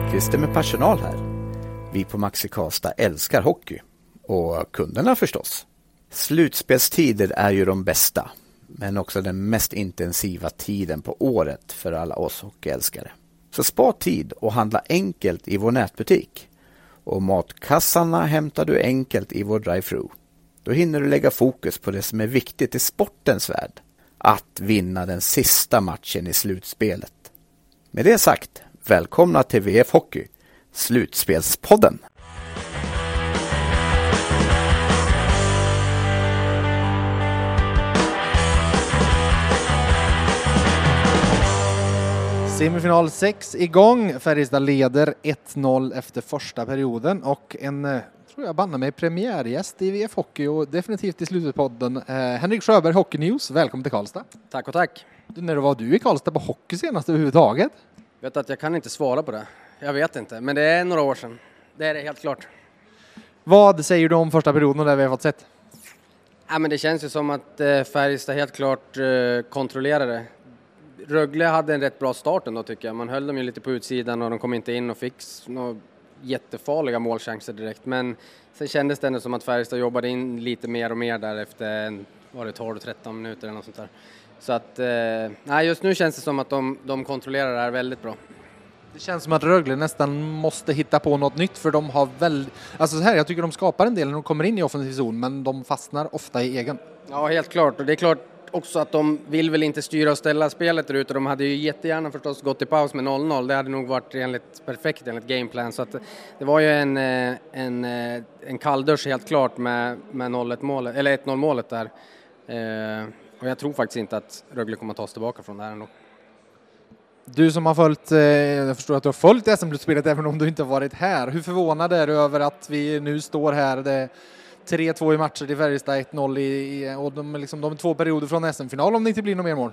Lundqvist med personal här. Vi på Maxi Karlstad älskar hockey. Och kunderna förstås. Slutspelstider är ju de bästa. Men också den mest intensiva tiden på året för alla oss hockeyälskare. Så spar tid och handla enkelt i vår nätbutik. Och matkassarna hämtar du enkelt i vår drive-thru. Då hinner du lägga fokus på det som är viktigt i sportens värld. Att vinna den sista matchen i slutspelet. Med det sagt, välkomna till VF Hockey, Slutspelspodden. Semifinal 6 igång. Färjestad leder 1-0 efter första perioden och en, tror jag bannar mig, premiärgäst i VF Hockey och definitivt i Slutspelspodden. Henrik Sjöberg, Hockey News. Välkommen till Karlstad. Tack och tack. När var du i Karlstad på hockey senast överhuvudtaget? Vet att jag kan inte svara på det. Jag vet inte, men det är några år sedan. Det är det helt klart. Vad säger du om första perioden där vi har fått sett? Ja, men det känns ju som att Färjestad helt klart kontrollerade. Rögle hade en rätt bra start ändå tycker jag. Man höll dem ju lite på utsidan och de kom inte in och fick några jättefarliga målchanser direkt. Men sen kändes det ändå som att Färjestad jobbade in lite mer och mer där efter 12-13 minuter eller något sånt där. Så att, just nu känns det som att de kontrollerar det här väldigt bra. Det känns som att Rögle nästan måste hitta på något nytt för de har alltså så här, jag tycker de skapar en del när de kommer in i offensiv zon men de fastnar ofta i egen. Ja, helt klart. Och det är klart också att de vill väl inte styra och ställa spelet där ute. De hade ju jättegärna förstås gått i paus med 0-0. Det hade nog varit perfekt enligt gameplan. Så att det var ju en kalldusch helt klart med 0-1 målet, eller 1-0 målet där. Och jag tror faktiskt inte att Rögle kommer att ta sig tillbaka från det här ändå. Du som har följt, jag förstår att du har följt SM-slutspelet även om du inte har varit här. Hur förvånad är du över att vi nu står här? Det är 3-2 i matcher till Färjestad, 1-0 och de 2 perioder från SM-final om det inte blir något mer mål.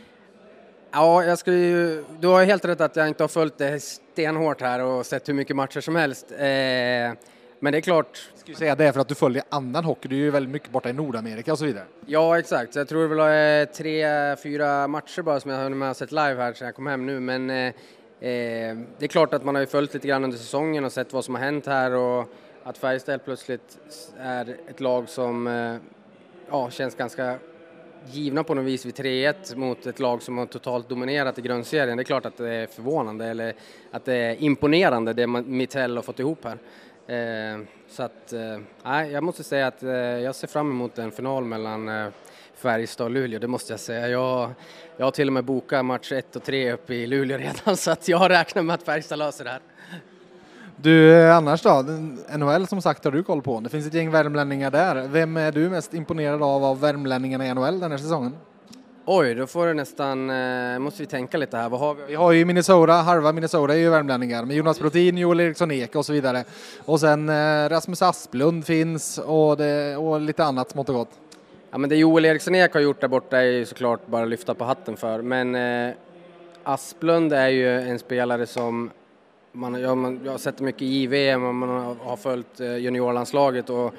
Ja, du har helt rätt att jag inte har följt det stenhårt här och sett hur mycket matcher som helst. Men det är klart. Ska säga det är för att du följer annan hockey. Du är ju väldigt mycket borta i Nordamerika och så vidare. Ja, exakt. Så jag tror det var 3-4 matcher bara som jag har med sett live här så jag kom hem nu. Men det är klart att man har ju följt lite grann under säsongen och sett vad som har hänt här. Och att Färjestad plötsligt är ett lag som känns ganska givna på något vis vid 3-1 mot ett lag som har totalt dominerat i grundserien. Det är klart att det är förvånande eller att det är imponerande det Mitell har fått ihop här. Så att jag måste säga att jag ser fram emot en final mellan Färjestad och Luleå, det måste jag säga. Jag har till och med bokat match 1 och 3 uppe i Luleå redan så att jag räknar med att Färjestad löser det här. Du, annars då? NHL som sagt har du koll på. Det finns ett gäng värmlänningar där. Vem är du mest imponerad av värmlänningarna i NHL den här säsongen? Oj, då får det nästan, måste vi tänka lite här. Vad har vi? Vi har ju Minnesota, halva Minnesota är ju värmlänningar. Med Jonas Brotin, Joel Eriksson Ek och så vidare. Och sen Rasmus Asplund finns och lite annat smått och gott. Ja, men det Joel Eriksson Ek har gjort där borta är ju såklart bara lyfta på hatten för. Men Asplund är ju en spelare som jag har sett mycket i VM och man har följt juniorlandslaget och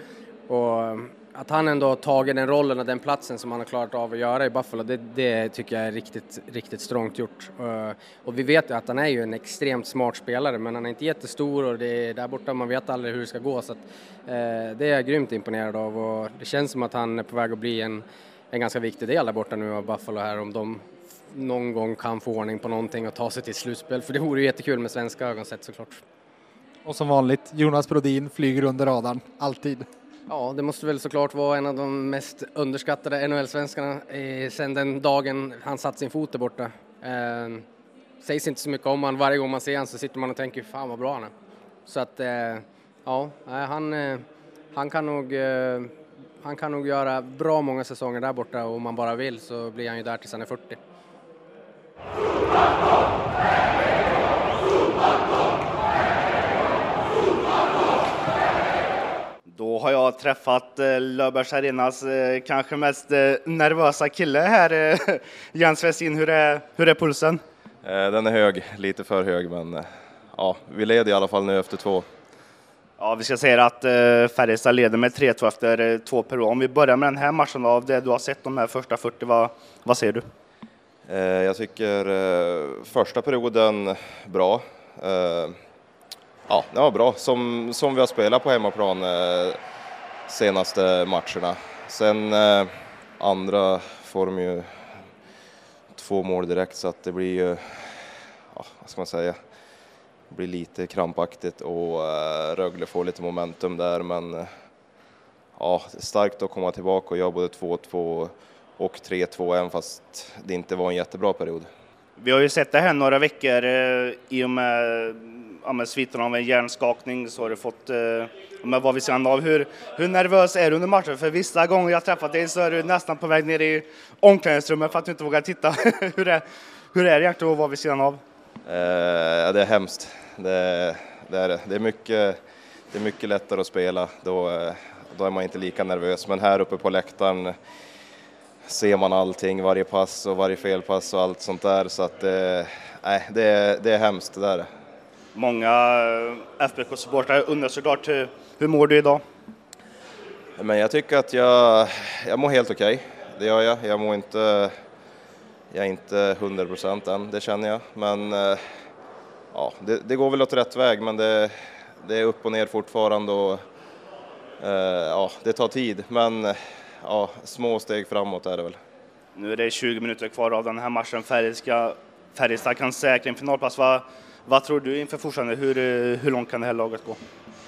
att han ändå har tagit den rollen och den platsen som han har klarat av att göra i Buffalo, det tycker jag är riktigt, riktigt strångt gjort. Och vi vet ju att han är ju en extremt smart spelare, men han är inte jättestor och det är där borta, man vet aldrig hur det ska gå. Så att, det är jag grymt imponerad av och det känns som att han är på väg att bli en ganska viktig del där borta nu av Buffalo här, om de någon gång kan få ordning på någonting och ta sig till slutspel. För det vore ju jättekul med svenska ögon sett såklart. Och som vanligt, Jonas Brodin flyger under radarn, alltid. Ja, det måste väl såklart vara en av de mest underskattade NHL-svenskarna sedan den dagen han satt sin fot där borta. Sägs inte så mycket om han. Varje gång man ser han så sitter man och tänker, fan vad bra han är. Så att, han kan nog göra bra många säsonger där borta och om man bara vill så blir han ju där tills han är 40. Då har jag träffat Löfbergs Arenas kanske mest nervösa kille här. Jens Westin, hur är pulsen? Den är hög, lite för hög, men ja, vi leder i alla fall nu efter 2. Ja, vi ska säga att Färjestad leder med 3-2 efter 2 perioder. Om vi börjar med den här matchen av det du har sett de här första 40, vad ser du? Jag tycker första perioden bra. Ja, det var bra. Som vi har spelat på hemmaplan senaste matcherna. Sen andra får de ju 2 mål direkt så att det blir ju, ja, vad ska man säga, det blir lite krampaktigt och Rögle får lite momentum där, men ja, det är starkt att komma tillbaka och göra både 2-2 och 3-2 även fast det inte var en jättebra period. Vi har ju sett det här några veckor i och med sviten av en hjärnskakning så har du fått vad vi sidan av. Hur nervös är du under matchen? För vissa gånger jag träffat dig så är du nästan på väg ner i omklädningsrummet för att du inte vågar titta. Hur är det egentligen att vara vid sidan av? Det är hemskt. Det är det. Det är mycket lättare att spela. Då är man inte lika nervös. Men här uppe på läktaren ser man allting, varje pass och varje felpass och allt sånt där. Så att det är hemskt det där. Många FBK-supportrar undrar såklart hur mår du idag? Men jag tycker att jag mår helt okej. Det gör jag. Jag är inte 100% än, det känner jag. Men ja, det går väl åt rätt väg, men det är upp och ner fortfarande och ja, det tar tid. Men ja, små steg framåt är det väl. Nu är det 20 minuter kvar av den här matchen. Färjestad kan säkra en finalplats. Vad tror du inför fortfarande? Hur långt kan det här laget gå?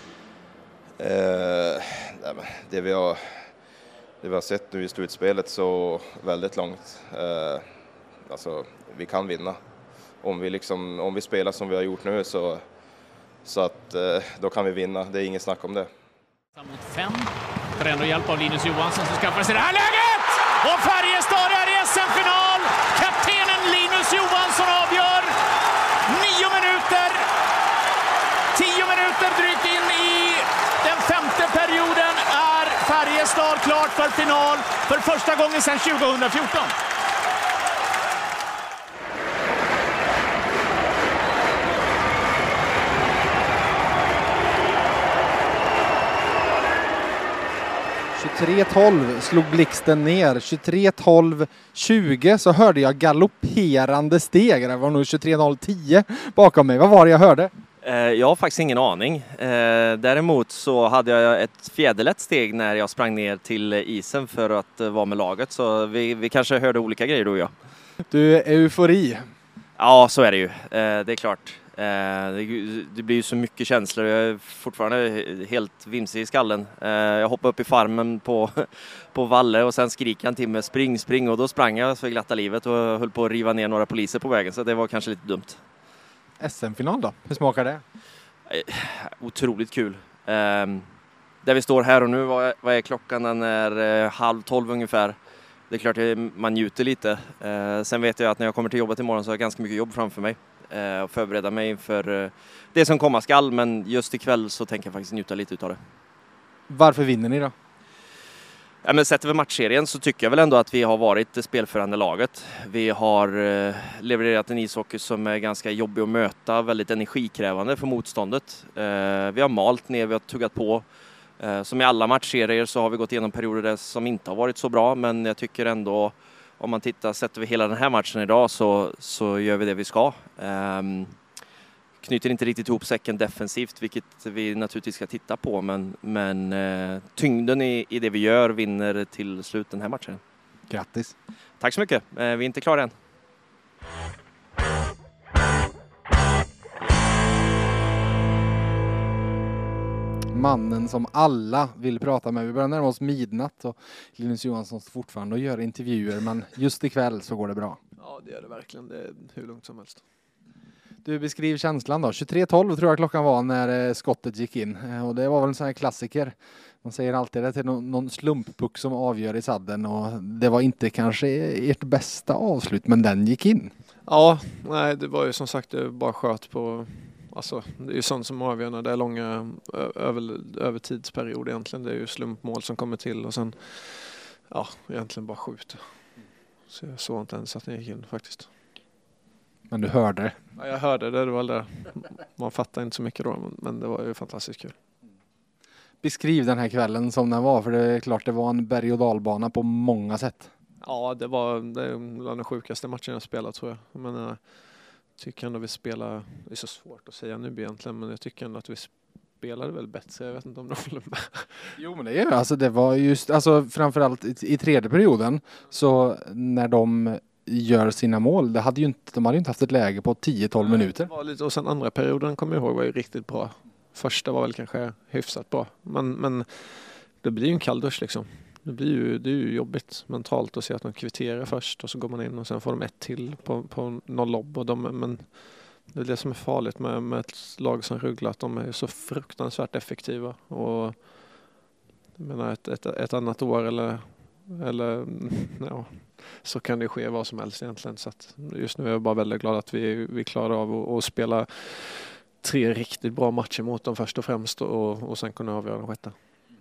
Det vi har sett nu i slutspelet så väldigt långt. Alltså, vi kan vinna. Om vi spelar som vi har gjort nu så att då kan vi vinna. Det är inget snack om det. Mot 5. Får ändå hjälp av Linus Johansson som skaffar sig det här läget! Och Färjestad är i SM-final! Kaptenen Linus Johansson avgör! 9 minuter! 10 minuter drygt in i den 5:e perioden är Färjestad klart för final för första gången sedan 2014. Slog blixten ner. 23-12-20 så hörde jag galopperande steg. Det var nog 23-0-10 bakom mig. Vad var det jag hörde? Jag har faktiskt ingen aning. Däremot så hade jag ett fjäderlätt steg när jag sprang ner till isen för att vara med laget. Så vi kanske hörde olika grejer då, ja. Du är eufori. Ja, så är det ju. Det är klart. Det blir ju så mycket känslor. Jag är fortfarande helt vimsig i skallen. Jag hoppade upp i farmen på Valle och sen skriker han till mig spring och då sprang jag för glatta livet och höll på att riva ner några poliser på vägen, så det var kanske lite dumt. SM-final då? Hur smakar det? Otroligt kul. Där vi står här och nu, vad är klockan? Den är 11:30 ungefär. Det är klart att man njuter lite. Sen vet jag att när jag kommer till jobbet imorgon så har jag ganska mycket jobb framför mig. Och förbereda mig för det som komma skall, men just ikväll så tänker jag faktiskt njuta lite utav det. Varför vinner ni då? Ja, men sett över matchserien så tycker jag väl ändå att vi har varit det spelförande laget. Vi har levererat en ishockey som är ganska jobbig att möta, väldigt energikrävande för motståndet. Vi har malt ner, vi har tuggat på. Som i alla matchserier så har vi gått igenom perioder som inte har varit så bra, men jag tycker ändå, om man sett över hela den här matchen idag så gör vi det vi ska. Knyter inte riktigt ihop säcken defensivt, vilket vi naturligtvis ska titta på, men tyngden i det vi gör vinner till slut den här matchen. Grattis! Tack så mycket, vi är inte klara än. Mannen som alla vill prata med. Vi börjar närma oss midnatt och Linus Johansson fortfarande och gör intervjuer, men just ikväll så går det bra. Ja, det gör det verkligen. Det är hur lugnt som helst. Du, beskriv känslan då. 23:12 tror jag klockan var när skottet gick in. Och det var väl en sån här klassiker. Man säger alltid att det är någon slumppuck som avgör i sadden. Och det var inte kanske ert bästa avslut, men den gick in. Ja, nej, det var ju som sagt, det bara sköt på... Alltså, det är ju sånt som avgör när det är långa övertidsperiod egentligen. Det är ju slumpmål som kommer till och sen ja, egentligen bara skjuter. Så jag såg inte ens att den gick in faktiskt. Men du hörde det? Ja, jag hörde det, det var det. Man fattar inte så mycket då, men det var ju fantastiskt kul. Beskriv den här kvällen som den var, för det är klart det var en berg- och dalbana på många sätt. Ja, det var den sjukaste matchen jag spelat tror jag. Men tycker ändå vi spelar, det är så svårt att säga nu egentligen, men jag tycker ändå att vi spelade väl bättre. Jag vet inte om de håller med. Jo, men det är alltså det var just, alltså framförallt i tredje perioden, så när de gör sina mål, de hade ju inte haft ett läge på 10-12 minuter. Det var lite, och sen andra perioden kommer jag ihåg var ju riktigt bra. Första var väl kanske hyfsat bra, men det blir ju en kall dusch liksom. Det är ju jobbigt mentalt att se att de kvitterar först och så går man in och sen får de ett till på noll lobb. Och men det är det som är farligt med ett lag som Rögle, att de är så fruktansvärt effektiva. Och jag menar ett annat år eller ja, så kan det ske vad som helst egentligen. Så att just nu är jag bara väldigt glad att vi klarar av att spela 3 riktigt bra matcher mot dem först och främst och sen kunna avgöra den sjätte.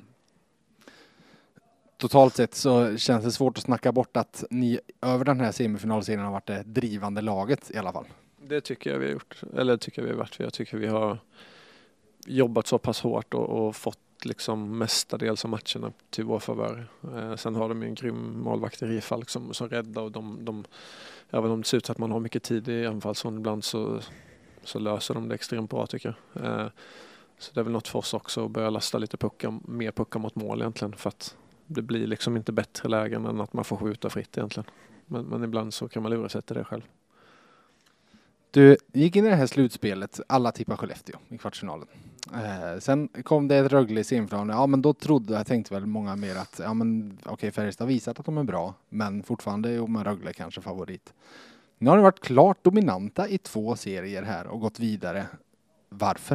Totalt sett så känns det svårt att snacka bort att ni över den här semifinalserien har varit det drivande laget i alla fall. Det tycker jag vi har gjort. Eller tycker vi har varit. Jag tycker vi har jobbat så pass hårt och fått liksom mestadels av matcherna till vår favör. Sen har de ju en grym målvakt i Rifalk som räddar, och även om det ser ut att man har mycket tid i anfallszon ibland så löser de det extremt bra tycker jag. Så det är väl något för oss också att börja lasta lite mer puckar mot mål egentligen, för att det blir liksom inte bättre lägen än att man får skjuta fritt egentligen. Men ibland så kan man lura sig till det själv. Du gick in i det här slutspelet, alla tippar Skellefteå i kvartsfinalen. Sen kom det ett Rögle i semifinalen. Ja, men då tänkte väl många mer att ja, men okej, Färjestad har visat att de är bra, men fortfarande är Rögle kanske favorit. Nu har de varit klart dominanta i 2 serier här och gått vidare. Varför?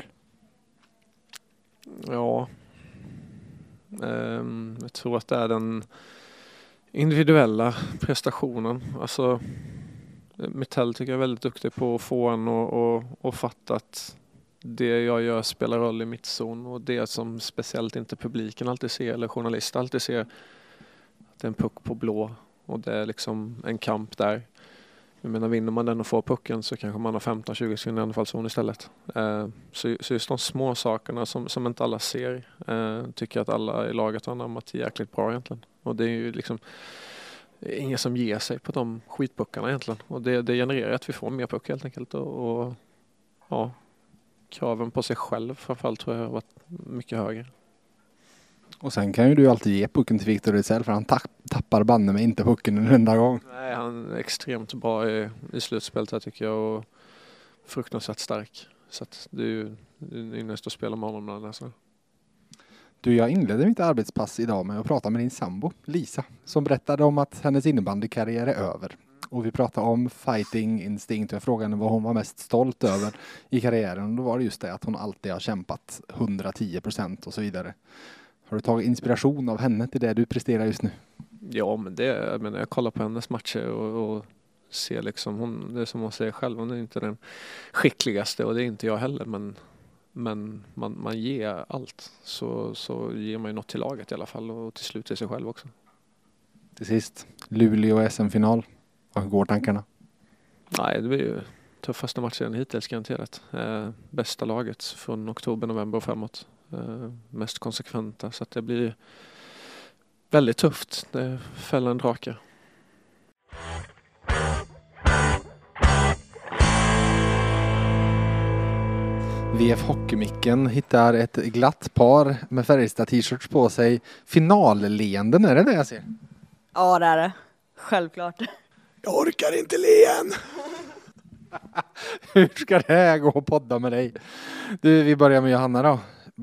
Ja, jag tror att det är den individuella prestationen. Alltså Mittell tycker jag är väldigt duktig på att få en och fatta att det jag gör spelar roll i mittzon, och det som speciellt inte publiken alltid ser eller journalister alltid ser, att det är en puck på blå och det är liksom en kamp där. Jag menar, vinner man den och får pucken så kanske man har 15-20 sekunder i anfallszon istället. Så just de små sakerna som inte alla ser tycker att alla i laget har anammat jäkligt bra egentligen. Och det är ju liksom ingen som ger sig på de skitpuckarna egentligen. Och det genererar att vi får mer puck helt enkelt. Och ja, kraven på sig själv framförallt tror jag har varit mycket högre. Och sen kan ju du alltid ge pucken till Victor Rizell, för han tappar banne med inte pucken en enda gång. Nej, han är extremt bra i slutspelet här tycker jag, och fruktansvärt stark. Så att det är ju nästan att spela med honom där. Så. Du, jag inledde mitt arbetspass idag med att prata med din sambo, Lisa, som berättade om att hennes innebandykarriär är över. Och vi pratade om fighting instinct, och jag frågade henne vad hon var mest stolt över i karriären. Och då var det just det att hon alltid har kämpat 110% och så vidare. Har du tagit inspiration av henne till det du presterar just nu? Ja, men jag kollar på hennes matcher och ser liksom, det är som hon säger själv, hon är inte den skickligaste och det är inte jag heller, men man ger allt, så ger man ju något till laget i alla fall och till slut till sig själv också. Till sist, Luleå SM-final. Vad går tankarna? Nej, det blir ju tuffaste matchen hittills garanterat. Bästa laget från oktober, november och framåt. Mest konsekventa, så att det blir väldigt tufft. Det fäller en drake. VF Hockeymicken hittar ett glatt par med Färjestad t-shirts på sig. Finalleenden, är det jag ser? Ja, det är det. Självklart. Jag orkar inte le än. Hur ska det här gå att podda med dig? Du, vi börjar med Johanna då.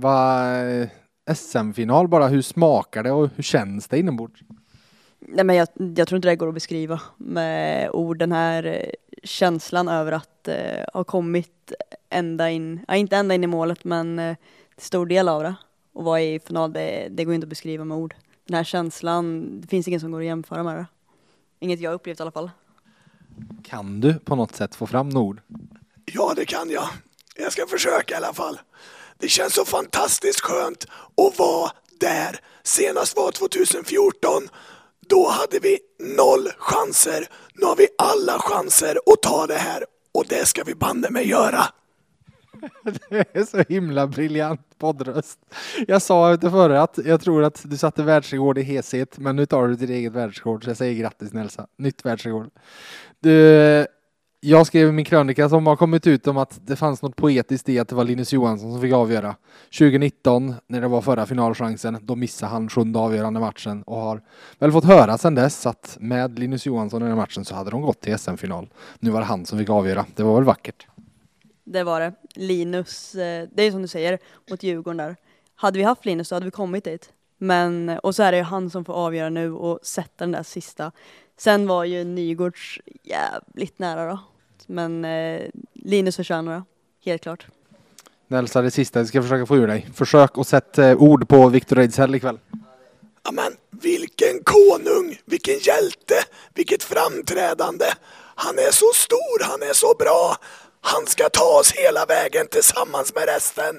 SM-final bara, hur smakar det och hur känns det inombords? Nej, men jag tror inte det går att beskriva med ord, den här känslan över att ha kommit ända in, inte ända in i målet, men stor del av det. Och vara i final, det går inte att beskriva med ord. Den här känslan, det finns ingen som går att jämföra med det. Inget jag upplevt i alla fall. Kan du på något sätt få fram ord? Ja, det kan jag. Jag ska försöka i alla fall. Det känns så fantastiskt skönt att vara där. Senast var 2014. Då hade vi 0 chanser. Nu har vi alla chanser att ta det här. Och det ska vi banne med göra. Det är så himla briljant poddröst. Jag sa ute förra att jag tror att du satte världsrekord i heshet, men nu tar du ditt eget världsrekord, så jag säger grattis Nelsa. Nytt världsrekord. Jag skrev i min krönika som har kommit ut om att det fanns något poetiskt i att det var Linus Johansson som fick avgöra. 2019, när det var förra finalchansen, då missade han 7:e avgörande matchen och har väl fått höra sedan dess att med Linus Johansson i den matchen så hade de gått till SM-final. Nu var det han som fick avgöra. Det var väl vackert. Det var det. Linus, det är som du säger, mot Djurgården där. Hade vi haft Linus så hade vi kommit dit. Men, och så är det ju han som får avgöra nu och sätta den där sista. Sen var ju Nygårds jävligt nära då. Men Linus förtjänar det, helt klart. Nelsa, det sista jag ska försöka få ur dig. Försök att sätta ord på Victor Ejdsell ikväll. Ja, men vilken konung, vilken hjälte, vilket framträdande. Han är så stor, han är så bra. Han ska ta oss hela vägen tillsammans med resten.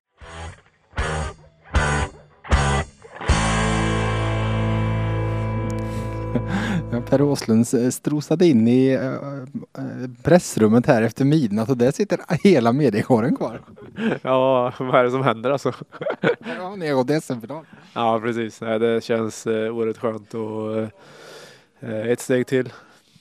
Per Åslund strosade in i pressrummet här efter midnatt och där sitter hela mediekåren kvar. Ja, vad är det som händer alltså? Ja, ni har gått SM-final. Ja, precis. Det känns oerhört skönt och ett steg till.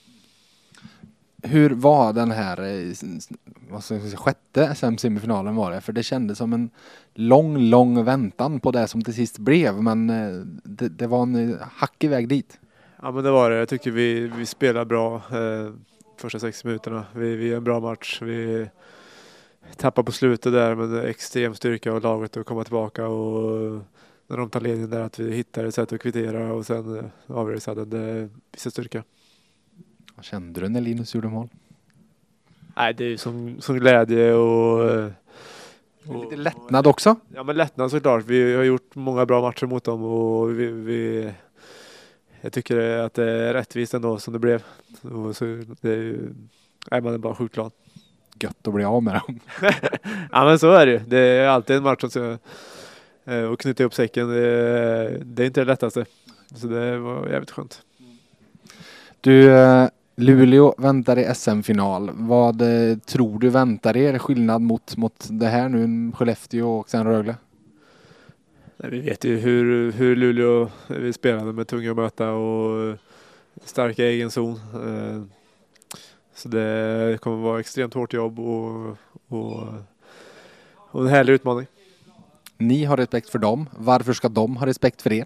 Hur var den här vad ska jag säga, sjätte SM-semifinalen var det? För det kändes som en lång väntan på det som till sist blev. Men det var en hackig väg dit. Ja, men det var det. Jag tycker vi spelar bra första 6 minuterna. Vi är en bra match. Vi tappar på slutet där med extrem styrka av laget att komma tillbaka. Och när de tar ledningen där att vi hittar ett sätt att kvittera och sen avgörelsen. Det visar styrka. Vad kände du när Linus gjorde mål? Nej, det är som glädje och lite lättnad också. Ja, men lättnad såklart. Vi har gjort många bra matcher mot dem och jag tycker att det är rättvist ändå som det blev. Och så man är bara sjukt glad. Gött att bli av med dem. Ja, men så är det ju. Det är alltid en match att knyta upp säcken. Det är inte det lättaste. Så det var jävligt skönt. Du, Luleå väntar i SM-final. Vad tror du väntar er? Skillnad mot det här nu, Skellefteå och sen Rögle? Vi vet ju hur Luleå vi spelade med tunga möta och starka egen zon. Så det kommer vara extremt hårt jobb och en härlig utmaning. Ni har respekt för dem. Varför ska de ha respekt för er?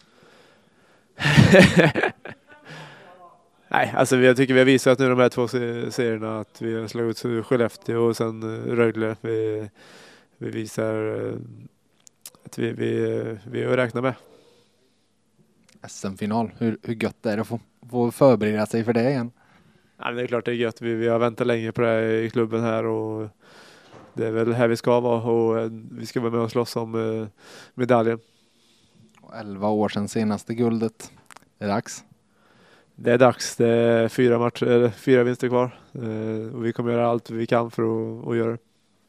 Nej, alltså jag tycker vi har visat nu de här 2 serierna att vi har slagit ut Skellefteå och sen Rögle. Vi visar att vi har räknat med. SM-final, hur gött är det att få förbereda sig för det igen? Ja, men det är klart det är gött. Vi har väntat länge på det här i klubben här och det är väl här vi ska vara och vi ska vara med och slåss om medaljen. 11 år sedan senaste guldet. Det är dags. Det är dags. Det är 4 vinster kvar och vi kommer göra allt vi kan för att göra det.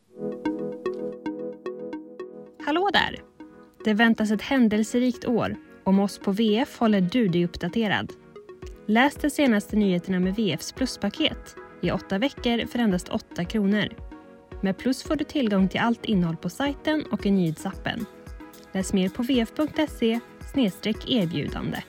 Hallå där! Det väntas ett händelserikt år. Om oss på VF håller du dig uppdaterad. Läs de senaste nyheterna med VFs pluspaket i 8 veckor för endast 8 kronor. Med plus får du tillgång till allt innehåll på sajten och i nyhetsappen. Läs mer på vf.se/erbjudande.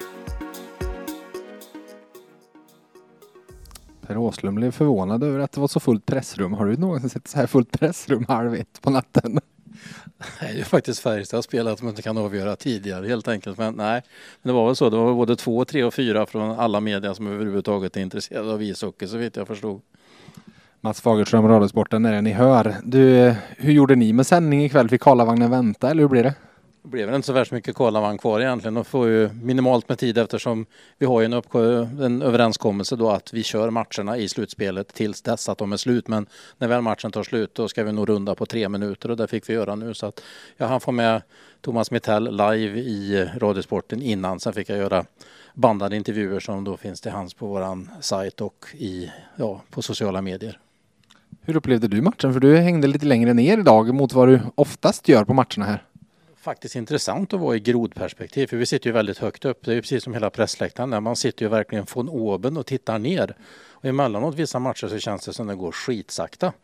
Per Åslund blev förvånad över att det var så fullt pressrum. Har du någonsin sett så här fullt pressrum 1:30 på natten? Nej, det är faktiskt Färjestad spelat som inte kan avgöra tidigare helt enkelt. Men nej, men det var väl så. Det var både 2, 3 och 4 från alla media som överhuvudtaget är intresserade av ishockey, så vet jag förstod. Mats Fagerström, Radiosporten, är det ni hör. Du, hur gjorde ni med sändning ikväll? Fick Karlavagnen vänta eller hur blir det? Det blev väl inte så värst mycket Karlavagn kvar egentligen. De får ju minimalt med tid eftersom vi har ju en överenskommelse då att vi kör matcherna i slutspelet tills dess att de är slut. Men när väl matchen tar slut då ska vi nog runda på 3 minuter och det fick vi göra nu. Så att han får med Thomas Mittell live i Radiosporten innan. Sen fick jag göra bandade intervjuer som då finns till hands på våran sajt och på sociala medier. Hur upplevde du matchen? För du hängde lite längre ner idag mot vad du oftast gör på matcherna här. Faktiskt intressant att vara i grodperspektiv, för vi sitter ju väldigt högt upp. Det är ju precis som hela pressläktaren där man sitter ju verkligen från oben och tittar ner. Och emellanåt vissa matcher så känns det som det går skitsakta.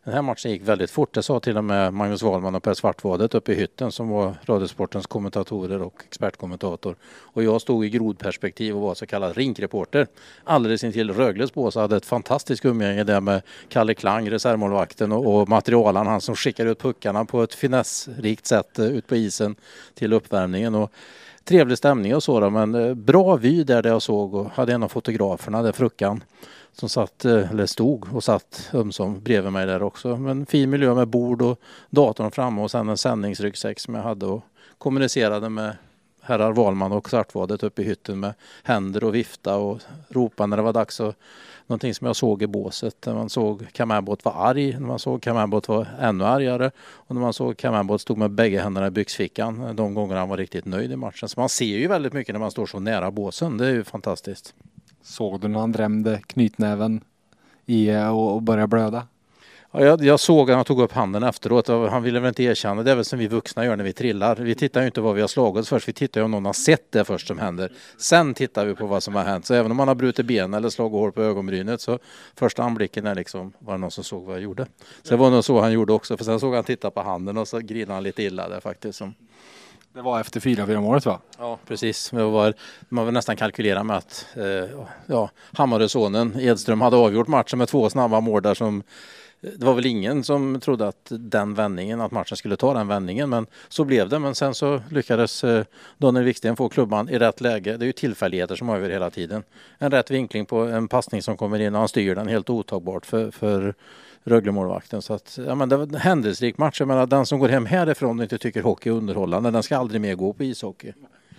Den här matchen gick väldigt fort. Det sa till och med Magnus Wahlman och Per Svartvadet uppe i hytten som var Radiosportens kommentatorer och expertkommentator. Och jag stod i grodperspektiv och var så kallad rinkreporter. Alldeles intill Rögles bås hade ett fantastiskt umgänge där med Kalle Klang, reservmålvakten och materialen. Han som skickade ut puckarna på ett finessrikt sätt ut på isen till uppvärmningen. Och trevlig stämning och så, men bra vy där jag såg och hade en av fotograferna där, Fruckan, som stod och satt ömsom bredvid mig där också. Men fin miljö med bord och datorn framme och sen en sändningsryggsäck som jag hade och kommunicerade med herrar Wahlman och Svartvadet uppe i hytten med händer och vifta och ropa när det var dags. Och någonting som jag såg i båset när man såg Kamambot var arg, när man såg Kamambot var ännu argare och när man såg Kamambot stod med bägge händerna i byxfickan de gånger han var riktigt nöjd i matchen. Så man ser ju väldigt mycket när man står så nära båsen, det är ju fantastiskt. Såg du när han drämde knytnäven och började blöda? Ja, jag såg att han tog upp handen efteråt och han ville väl inte erkänna. Det är väl som vi vuxna gör när vi trillar. Vi tittar ju inte vad vi har slagit först. Vi tittar ju om någon har sett det först som händer. Sen tittar vi på vad som har hänt. Så även om man har brutit ben eller slagit hål på ögonbrynet så första anblicken är liksom, var det någon som såg vad jag gjorde. Så det var nog så han gjorde också. För sen såg han titta på handen och så grinade han lite illa där faktiskt. Det var efter 4-4 målet va? Ja, precis. Man var nästan kalkylera med att Hammarösonen Edström hade avgjort matchen med 2 snabba mål där som... Det var väl ingen som trodde att att matchen skulle ta den vändningen, men så blev det. Men sen så lyckades Daniel Wiksten få klubban i rätt läge. Det är ju tillfälligheter som avgör hela tiden. En rätt vinkling på en passning som kommer in och han styr den helt otagbart för Rögle-målvakten. Så att, det var en händelserik match. Jag menar, den som går hem härifrån och inte tycker hockey är underhållande, den ska aldrig mer gå på ishockey.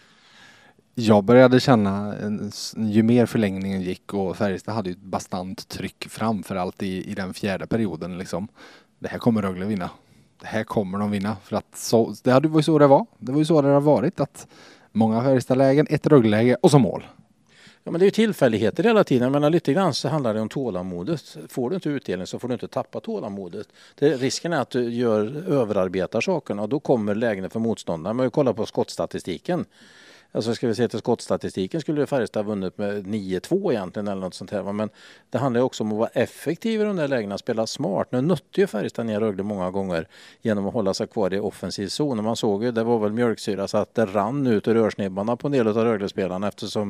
Jag började känna, ju mer förlängningen gick och Färjestad hade ju ett bastant tryck framförallt i den fjärde perioden. Liksom. Det här kommer Rögle vinna. Det här kommer de vinna. För att det var ju så det var. Det var ju så det har varit. Att många Färjestad-lägen, ett Rögle-läge och så mål. Ja, men det är ju tillfälligheter hela tiden. Men lite grann så handlar det om tålamodet. Får du inte utdelning så får du inte tappa tålamodet. Risken är att du överarbetar sakerna och då kommer lägen för motståndare. Men vi kollar på skottstatistiken. Alltså ska vi se till skottstatistiken skulle Färjestad ha vunnit med 9-2 egentligen eller något sånt här. Men det handlar också om att vara effektiv i de där lägena, spela smart. Nu nötte ju Färjestad ner Rögle många gånger genom att hålla sig kvar i offensiv zon. Och man såg ju, det var väl mjölksyra så att det rann ut ur rörsnibbarna på en del av Rögle-spelarna eftersom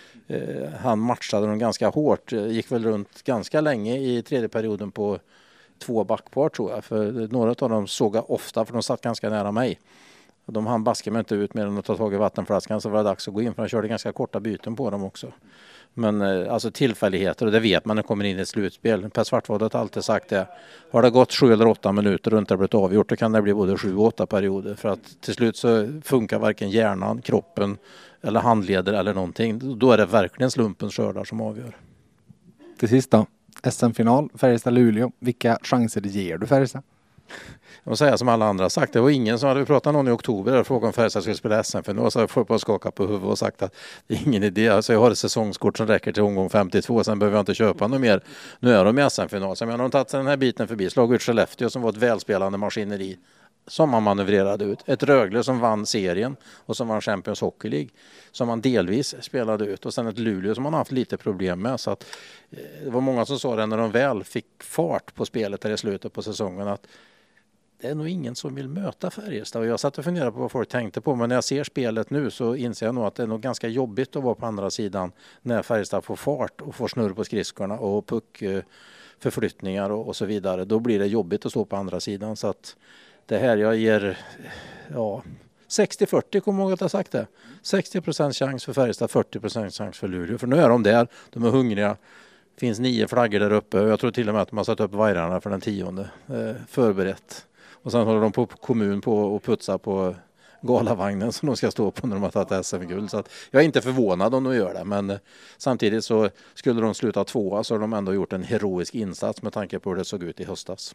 han matchade dem ganska hårt. Gick väl runt ganska länge i tredje perioden på 2 backpar tror jag. För några av dem såg jag ofta för de satt ganska nära mig. De hann baska mig inte ut mer än att ta tag i vattenflaskan så var det dags att gå in för de körde ganska korta byten på dem också. Men alltså tillfälligheter och det vet man när det kommer in i ett slutspel. Per Svartvadet har alltid sagt det. Har det gått 7 eller 8 minuter och inte blivit avgjort då kan det bli både 7 och 8 perioder. För att till slut så funkar varken hjärnan, kroppen eller handleder eller någonting. Då är det verkligen slumpens skördar som avgör. Till sist då. SM-final, Färjestad-Luleå. Vilka chanser ger du Färjestad? Jag säger som alla andra har sagt, det var ingen som hade pratat någon i oktober och frågat om Färjestad skulle spela SM för nu så har jag fått skaka på huvudet och sagt att det är ingen idé. Alltså jag har ett säsongskort som räcker till omgång 52 sen behöver jag inte köpa något mer. Nu är de i SM-final så jag menar de tagit den här biten förbi, slagit ut Skellefteå som var ett välspelande maskineri som man manövrerade ut. Ett Rögle som vann serien och som vann Champions Hockey League som man delvis spelade ut och sen ett Luleå som man har haft lite problem med så att det var många som sa det när de väl fick fart på spelet där i slutet på säsongen att det är nog ingen som vill möta Färjestad och jag satt och funderade på vad folk tänkte på men när jag ser spelet nu så inser jag nog att det är nog ganska jobbigt att vara på andra sidan när Färjestad får fart och får snurr på skridskorna och puckförflyttningar och så vidare. Då blir det jobbigt att stå på andra sidan så att det här jag ger 60-40 kommer jag att ha sagt det. 60% chans för Färjestad, 40% chans för Luleå för nu är de där, de är hungriga. Det finns 9 flaggor där uppe och jag tror till och med att de har satt upp vajrarna för den 10:e förberett. Och sen håller de på kommun på och putsa på galavagnen som de ska stå på när de har tagit SM-guld. Så att jag är inte förvånad om de gör det. Men samtidigt så skulle de sluta 2 så har de ändå gjort en heroisk insats med tanke på hur det såg ut i höstas.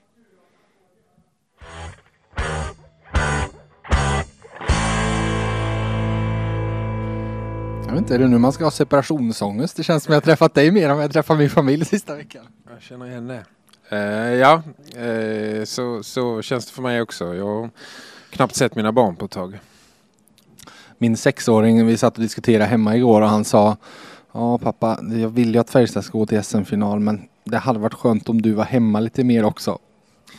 Jag vet inte, är det nu man ska ha separationsångest? Det känns som jag har träffat dig mer än jag träffar min familj sista veckan. Jag känner igen det. Så känns det för mig också. Jag har knappt sett mina barn på ett tag. Min 6-åring, vi satt och diskuterade hemma igår och han sa ja pappa, jag vill ju att Färjestad ska gå till SM-final men det hade varit skönt om du var hemma lite mer också.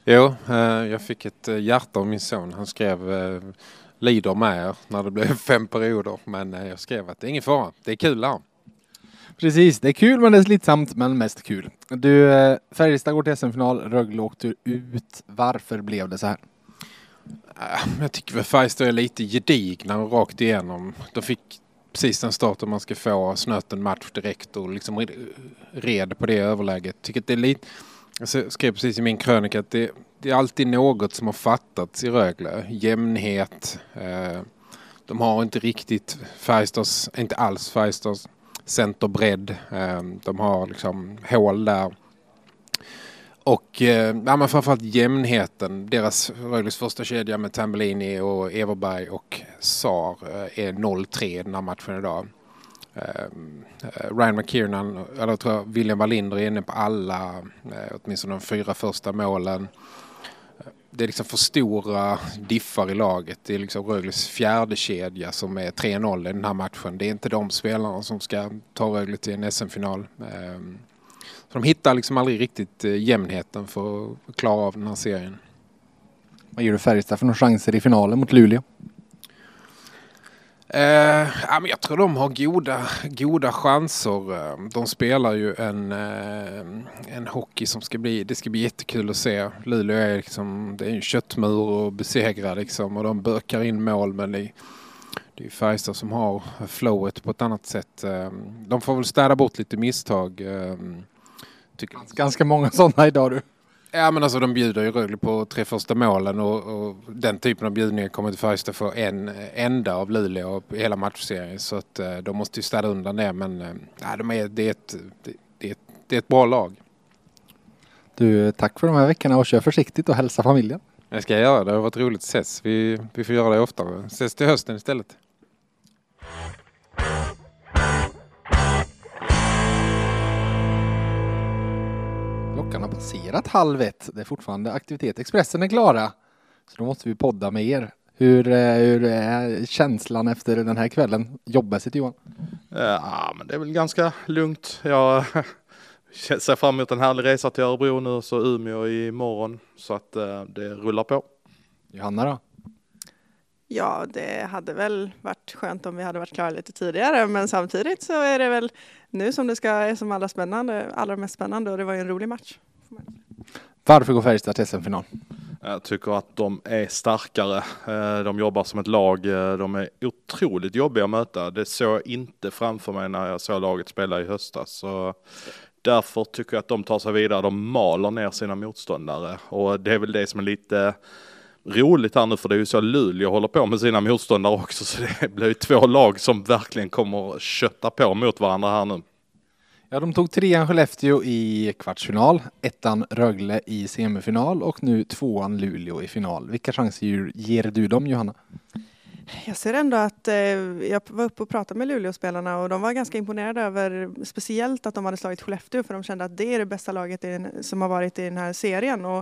Jo, jag fick ett hjärta av min son. Han skrev lider med er när det blev 5 perioder. Men jag skrev att det är ingen fara. Det är kul här. Precis, det är kul men det är slitsamt, men mest kul. Du, Färjestad går till SM-final, Rögle åkte ut. Varför blev det så här? Jag tycker väl Färjestad är lite gedigna och rakt igenom. De fick precis den starten man ska få, snöt en match direkt och liksom red på det överläget. Tycker att det är lite, jag skrev precis i min krönika att det är alltid något som har fattats i Rögle. Jämnhet, de har inte riktigt inte alls Färjestads centerbredd. De har liksom hål där. Och men framförallt jämnheten. Deras Rögles första kedja med Tambellini och Everberg och Sar är 0-3 i den här matchen idag. Ryan McKiernan, eller jag tror William Wallinder är inne på alla, åtminstone de 4 första målen. Det är liksom för stora diffar i laget. Det är liksom Rögles fjärde kedja som är 3-0 i den här matchen. Det är inte de spelarna som ska ta Rögle till en SM-final. Så de hittar liksom aldrig riktigt jämnheten för att klara av den här serien. Vad ger du Färjestad för några chanser i finalen mot Luleå? Men jag tror de har goda chanser. De spelar ju en hockey som ska bli jättekul att se. Luleå är liksom, det är en köttmur att besegra liksom, och de bökar in mål, men det är Färjestad som har flowet på ett annat sätt. De får väl städa bort lite misstag. Ganska många sådana idag du. Ja, men alltså de bjuder ju Rögle på 3 första målen och den typen av bjudningar kommer till Färjestad för en enda av Luleå i hela matchserien, så att de måste ju städa undan det, men det är ett bra lag. Du, tack för de här veckorna och kör försiktigt och hälsa familjen. Jag ska göra det, det har varit roligt att ses. Vi får göra det oftare. Ses till hösten istället. Klockan har passerat 12:30. Det är fortfarande aktivitet. Expressen är klara. Så då måste vi podda med er. Hur är känslan efter den här kvällen? Jobbmässigt, Johan? Ja, men det är väl ganska lugnt. Jag ser fram emot en härlig resa till Örebro nu, så Umeå imorgon. Så att det rullar på. Johanna då? Ja, det hade väl varit skönt om vi hade varit klara lite tidigare, men samtidigt så är det väl nu som det är som allra mest spännande, och det var ju en rolig match. Varför går Färjestad till SM-final? Jag tycker att de är starkare. De jobbar som ett lag. De är otroligt jobbiga att möta. Det såg jag inte framför mig när jag såg laget spela i höstas. Så därför tycker jag att de tar sig vidare. De maler ner sina motståndare. Och det är väl det som är lite roligt här nu, för det är ju så Luleå håller på med sina motståndare också. Så det blir ju 2 lag som verkligen kommer kötta på mot varandra här nu. Ja, de tog 3:an Skellefteå i kvartsfinal, 1:an Rögle i semifinal och nu 2:an Luleå i final. Vilka chanser ger du dem, Johanna? Jag ser ändå att jag var uppe och pratade med Luleå-spelarna och de var ganska imponerade över speciellt att de hade slagit Skellefteå, för de kände att det är det bästa laget som har varit i den här serien. Och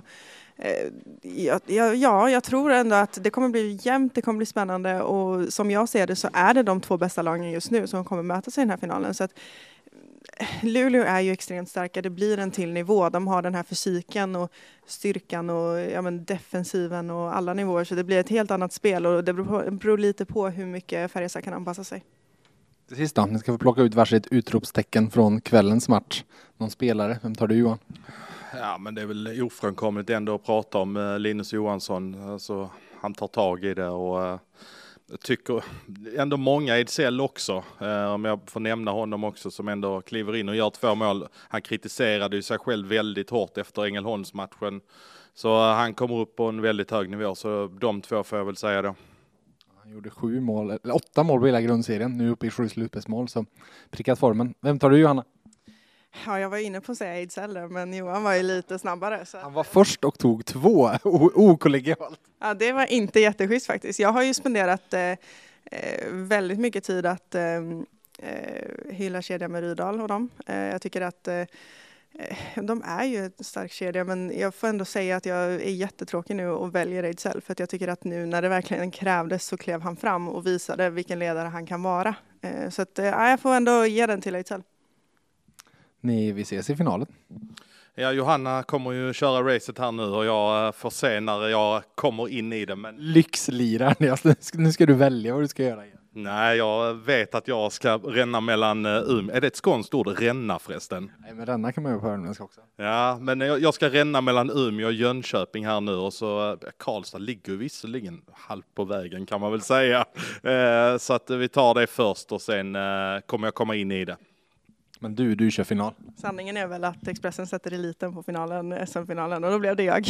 jag tror ändå att det kommer bli jämnt, det kommer bli spännande, och som jag ser det så är det de 2 bästa lagen just nu som kommer mötas i den här finalen. Så att Luleå är ju extremt starka, det blir en till nivå. De har den här fysiken och styrkan och defensiven och alla nivåer, så det blir ett helt annat spel, och det beror lite på hur mycket Färjestad kan anpassa sig. Till sist då, ni ska få plocka ut varsitt utropstecken från kvällens match. Någon spelare, vem tar du, Johan? Ja, men det är väl ofrånkomligt ändå att prata om Linus Johansson. Alltså, han tar tag i det, och jag tycker ändå många i Ejdsell också, om jag får nämna honom också, som ändå kliver in och gör 2 mål. Han kritiserade ju sig själv väldigt hårt efter Ängelholms-matchen. Så han kommer upp på en väldigt hög nivå, så de 2 får jag väl säga då. Han gjorde 8 mål på hela grundserien, nu uppe i 7 slutspelsmål, så prickat formen. Vem tar du, Johanna? Ja, jag var inne på att säga Ejdsell, men Johan var ju lite snabbare. Så. Han var först och tog 2, okollegialt. Ja, det var inte jätteschysst faktiskt. Jag har ju spenderat väldigt mycket tid att hylla kedjan med Rydahl och dem. Jag tycker att de är ju en stark kedja, men jag får ändå säga att jag är jättetråkig nu och väljer Ejdsell, för att jag tycker att nu när det verkligen krävdes så klev han fram och visade vilken ledare han kan vara. Så att jag får ändå ge den till Ejdsell. Vi ses i finalen. Ja, Johanna kommer ju köra racet här nu och jag får se när jag kommer in i det. Men... Lyxliraren, nu ska du välja vad du ska göra igen. Nej, jag vet att jag ska ränna mellan Är det ett skånskt ord? Ränna förresten? Nej, men ränna kan man ju på hörnländska också. Ja, men jag ska ränna mellan Umeå och Jönköping här nu och så Karlstad ligger ju visserligen halvt på vägen kan man väl säga. Så att vi tar det först och sen kommer jag komma in i det. Men du kör final. Sanningen är väl att Expressen sätter eliten på finalen, SM-finalen, och då blev det jag.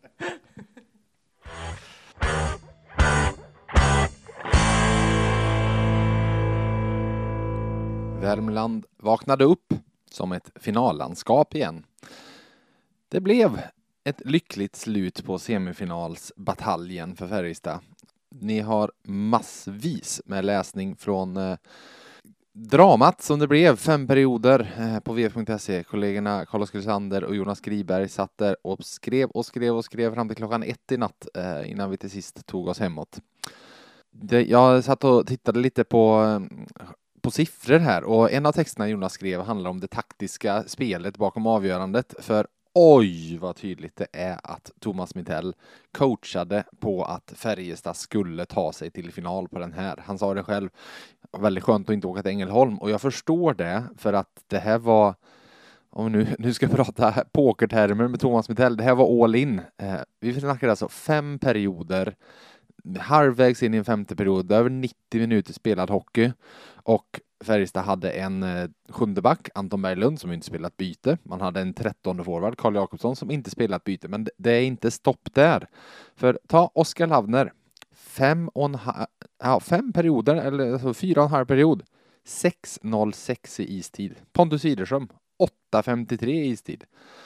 Värmland vaknade upp som ett finallandskap igen. Det blev ett lyckligt slut på semifinalsbataljen för Färjestad. Ni har massvis med läsning från dramat som det blev 5 perioder på v.se. Kollegorna Carl-Oskar Sander och Jonas Griberg satt där och skrev fram till klockan 1 i natt innan vi till sist tog oss hemåt. Jag satt och tittade lite på siffror här och en av texterna Jonas skrev handlar om det taktiska spelet bakom avgörandet. För oj vad tydligt det är att Thomas Mitell coachade på att Färjestad skulle ta sig till final på den här. Han sa det själv, väldigt skönt att inte åka till Ängelholm, och jag förstår det för att det här var, om vi nu ska prata pokertermer med Thomas Mitell, det här var all in. Vi snackade alltså 5 perioder, halvvägs in i en 5:e period, över 90 minuter spelad hockey, och Färjestad hade en 7:e back, Anton Berglund, som inte spelat byte. Man hade en 13:e forward, Karl Jakobsson, som inte spelat byte. Men det är inte stopp där. För ta Oskar Lavner, 5 perioder, eller alltså 4,5 period. 6:06 i istid. Pontus Widerström, 8:53 i istid.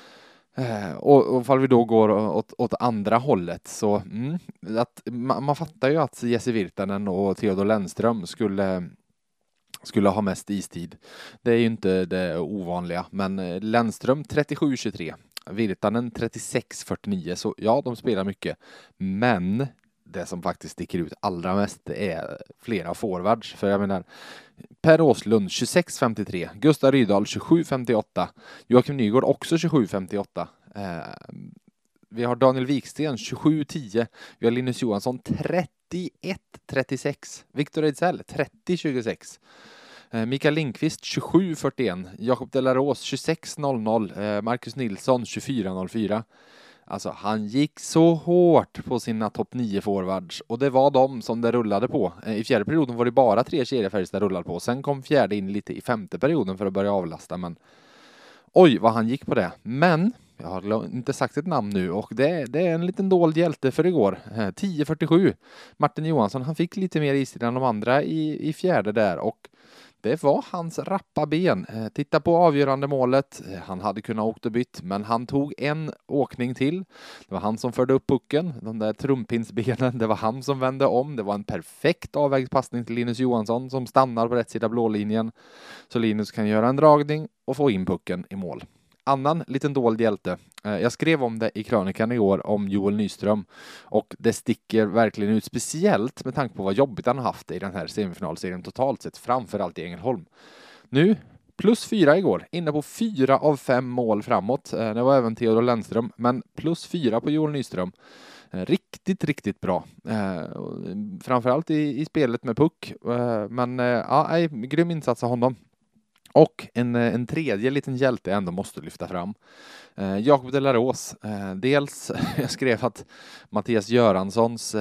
Och fall vi då går åt andra hållet så att man fattar ju att Jesse Virtanen och Theodor Lennström skulle ha mest istid. Det är ju inte det ovanliga, men Lennström 37-23, Virtanen 36-49, så ja, de spelar mycket. Men det som faktiskt sticker ut allra mest är flera forwards. För jag menar, Per Åslund 26-53, Gustav Rydahl 27-58, Joakim Nygård också 27-58. Vi har Daniel Wiksten 27-10, vi har Linus Johansson 31-36, Viktor Ejdsell 30-26. Mikael Lindqvist 27-41, Jakob Delaros 26-00, Marcus Nilsson 24-04. Alltså han gick så hårt på sina topp 9 forwards, och det var de som det rullade på. I 4:e perioden var det bara 3 kedjor Färjestad rullade på. Sen kom 4:e in lite i 5:e perioden för att börja avlasta, men oj vad han gick på det. Men jag har inte sagt ett namn nu, och det är en liten dold hjälte för igår. 10:47. Martin Johansson, han fick lite mer istid än de andra i 4:e där, och det var hans rappa ben. Titta på avgörande målet. Han hade kunnat åkt och bytt, men han tog en åkning till. Det var han som förde upp pucken. De där trumpinsbenen, det var han som vände om. Det var en perfekt avvägd passning till Linus Johansson som stannar på rätt sida blålinjen. Så Linus kan göra en dragning och få in pucken i mål. Annan liten dold hjälte. Jag skrev om det i krönikan igår om Joel Nyström, och det sticker verkligen ut, speciellt med tanke på vad jobbigt han har haft i den här semifinalserien totalt sett, framförallt i Ängelholm. Nu +4 igår, inne på 4 av 5 mål framåt. Det var även Theodor Lennström, men +4 på Joel Nyström. Riktigt bra. Framförallt i spelet med puck. Men grym insats av honom. Och en tredje liten hjälte ändå måste lyfta fram. Jakob Delaros. Dels, jag skrev att Mattias Göranssons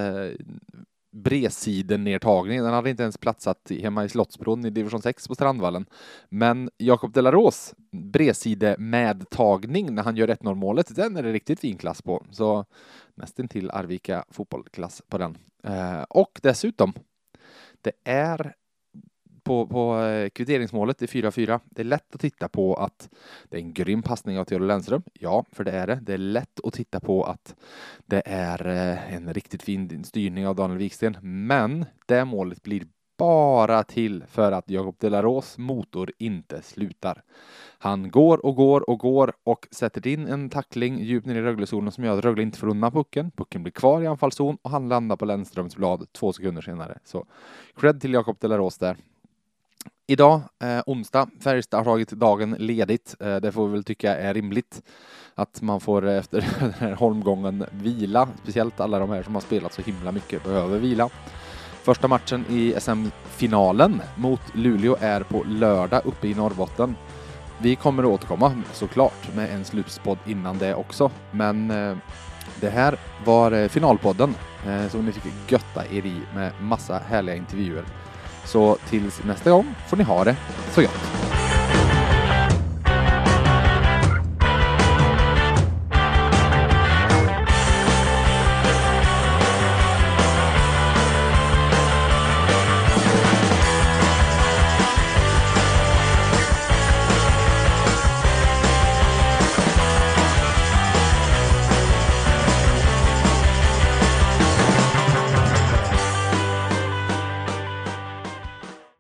bredsidenedtagning, den hade inte ens platsat hemma i Slottsbron i division 6 på Strandvallen. Men Jakob Delaros bredsidemedtagning när han gör 1-0-målet, den är det riktigt fin klass på. Så nästan till Arvika fotbollklass på den. Och dessutom, det är på kvitteringsmålet i 4-4. Det är lätt att titta på att det är en grym passning av Theodor Lennström. Ja, för det är det. Det är lätt att titta på att det är en riktigt fin styrning av Daniel Wiksten. Men det målet blir bara till för att Jakob Delaros motor inte slutar. Han går och sätter in en tackling djupt ner i Rögle-zonen som gör att Rögle inte får undan pucken. Pucken blir kvar i anfallszon och han landar på Lennströms blad 2 sekunder senare. Så cred till Jakob Delaros där. Idag, onsdag, Färjestad har tagit dagen ledigt. Det får vi väl tycka är rimligt att man får efter den här holmgången vila. Speciellt alla de här som har spelat så himla mycket behöver vila. Första matchen i SM-finalen mot Luleå är på lördag uppe i Norrbotten. Vi kommer att återkomma såklart med en slutspodd innan det också. Men det här var finalpodden som ni fick götta er i med massa härliga intervjuer. Så tills nästa gång får ni ha det så gott.